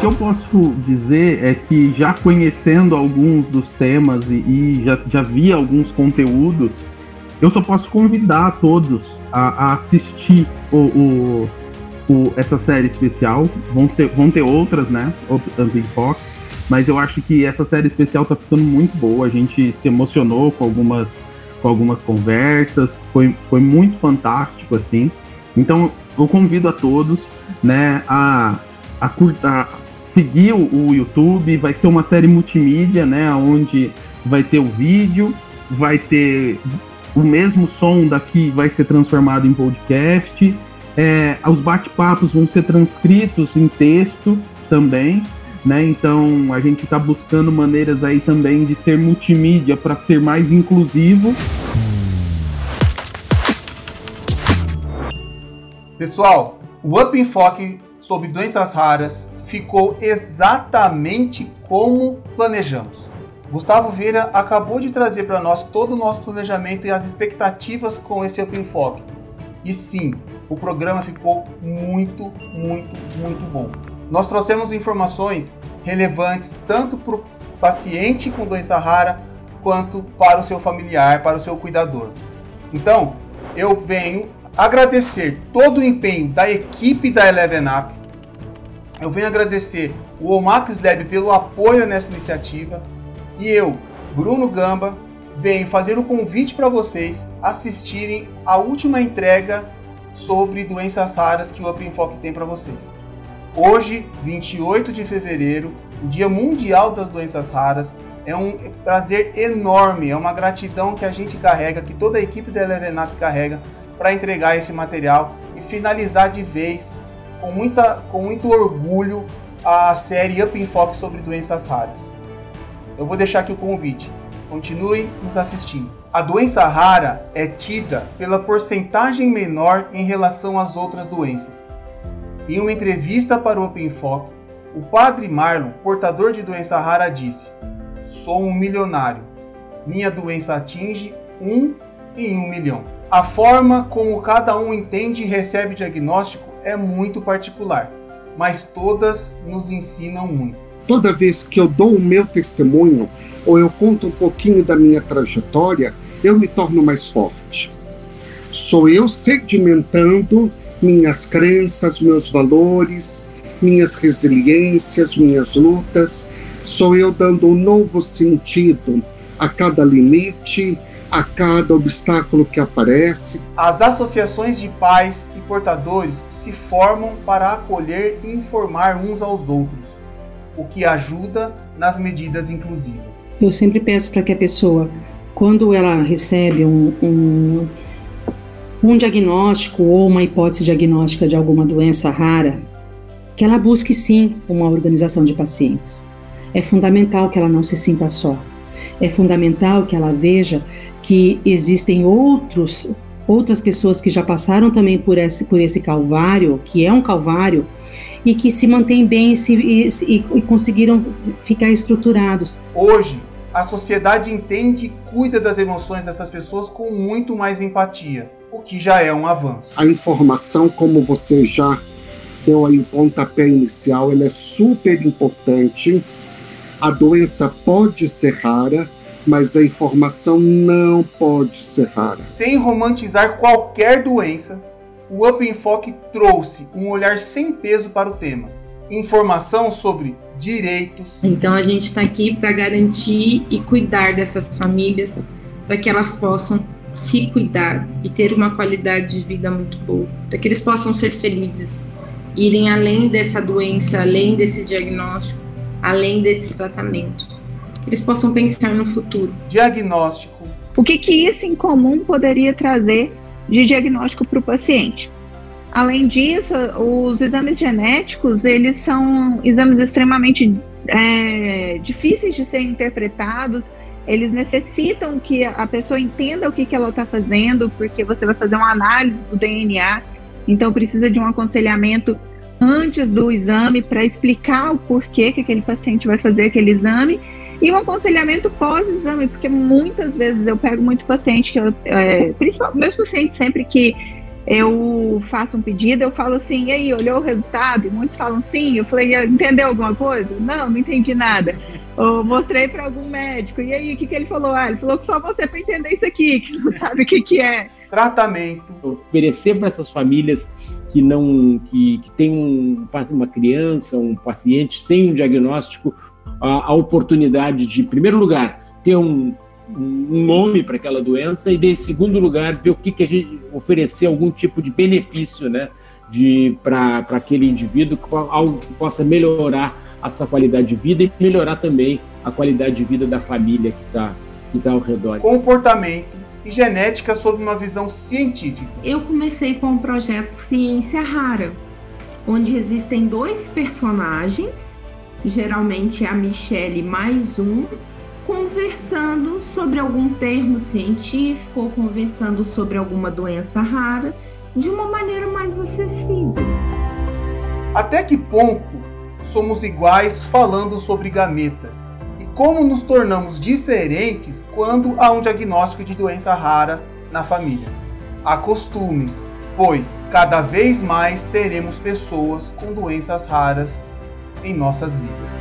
que eu posso dizer é que, já conhecendo alguns dos temas e já vi alguns conteúdos, eu só posso convidar a todos a assistir essa série especial. Vão ter outras, né? Up Fox, mas eu acho que essa série especial tá ficando muito boa. A gente se emocionou com algumas conversas, foi muito fantástico, assim. Então eu convido a todos, né, a seguir o YouTube. Vai ser uma série multimídia, né, onde vai ter o vídeo, vai ter o mesmo som daqui, vai ser transformado em podcast. Os bate-papos vão ser transcritos em texto também, né? Então a gente está buscando maneiras aí também de ser multimídia para ser mais inclusivo. Pessoal, o Up em Foco sobre doenças raras ficou exatamente como planejamos. Gustavo Vieira acabou de trazer para nós todo o nosso planejamento e as expectativas com esse Up em Foco. E sim, o programa ficou muito, muito, muito bom. Nós trouxemos informações relevantes tanto para o paciente com doença rara quanto para o seu familiar, para o seu cuidador. Então, eu venho agradecer todo o empenho da equipe da Eleven Up. Eu venho agradecer o Omax Lab pelo apoio nessa iniciativa. E eu, Bruno Gamba, venho fazer o convite para vocês assistirem a última entrega sobre doenças raras que o Up em Foco tem para vocês. Hoje, 28 de fevereiro, o Dia Mundial das Doenças Raras, é um prazer enorme, é uma gratidão que a gente carrega, que toda a equipe da Eleven Up carrega, para entregar esse material e finalizar de vez, com muito orgulho, a série Up em Foco sobre doenças raras. Eu vou deixar aqui o convite. Continue nos assistindo. A doença rara é tida pela porcentagem menor em relação às outras doenças. Em uma entrevista para o Up em Foco, o padre Marlon, portador de doença rara, disse: "Sou um milionário. Minha doença atinge 1 em 1 milhão." A forma como cada um entende e recebe diagnóstico é muito particular, mas todas nos ensinam muito. Toda vez que eu dou o meu testemunho, ou eu conto um pouquinho da minha trajetória, eu me torno mais forte. Sou eu sedimentando minhas crenças, meus valores, minhas resiliências, minhas lutas. Sou eu dando um novo sentido a cada limite, a cada obstáculo que aparece. As associações de pais e portadores se formam para acolher e informar uns aos outros, o que ajuda nas medidas inclusivas. Eu sempre peço para que a pessoa, quando ela recebe um diagnóstico ou uma hipótese diagnóstica de alguma doença rara, que ela busque sim uma organização de pacientes. É fundamental que ela não se sinta só. É fundamental que ela veja que existem outras pessoas que já passaram também por esse calvário, que é um calvário, e que se mantêm bem e conseguiram ficar estruturados. Hoje, a sociedade entende e cuida das emoções dessas pessoas com muito mais empatia, o que já é um avanço. A informação, como você já deu aí o pontapé inicial, ela é super importante. A doença pode ser rara, mas a informação não pode ser rara. Sem romantizar qualquer doença, o Up em Foco trouxe um olhar sem peso para o tema. Informação sobre direitos. Então a gente está aqui para garantir e cuidar dessas famílias, para que elas possam se cuidar e ter uma qualidade de vida muito boa, para que eles possam ser felizes, irem além dessa doença, além desse diagnóstico, além desse tratamento, que eles possam pensar no futuro. Diagnóstico. O que isso em comum poderia trazer de diagnóstico para o paciente? Além disso, os exames genéticos, eles são exames extremamente difíceis de serem interpretados. Eles necessitam que a pessoa entenda o que ela está fazendo, porque você vai fazer uma análise do DNA, então precisa de um aconselhamento antes do exame para explicar o porquê que aquele paciente vai fazer aquele exame, e um aconselhamento pós-exame, porque muitas vezes eu pego muito paciente, principalmente meus pacientes sempre que eu faço um pedido, eu falo assim, e aí, olhou o resultado? E muitos falam sim. Eu falei, entendeu alguma coisa? Não entendi nada. Eu mostrei para algum médico, e aí, o que ele falou? Ele falou que só você para entender isso aqui, que não sabe o que é. Tratamento. Oferecer para essas famílias que tem uma criança, um paciente sem um diagnóstico, a oportunidade de, em primeiro lugar, ter um nome para aquela doença e, em segundo lugar, ver o que a gente oferecer algum tipo de benefício, né, para aquele indivíduo, algo que possa melhorar a sua qualidade de vida e melhorar também a qualidade de vida da família que tá ao redor. Comportamento e genética sob uma visão científica. Eu comecei com o projeto Ciência Rara, onde existem 2 personagens, geralmente a Michelle mais um, conversando sobre algum termo científico ou conversando sobre alguma doença rara de uma maneira mais acessível. Até que ponto somos iguais falando sobre gametas? E como nos tornamos diferentes quando há um diagnóstico de doença rara na família? Acostume, pois cada vez mais teremos pessoas com doenças raras em nossas vidas.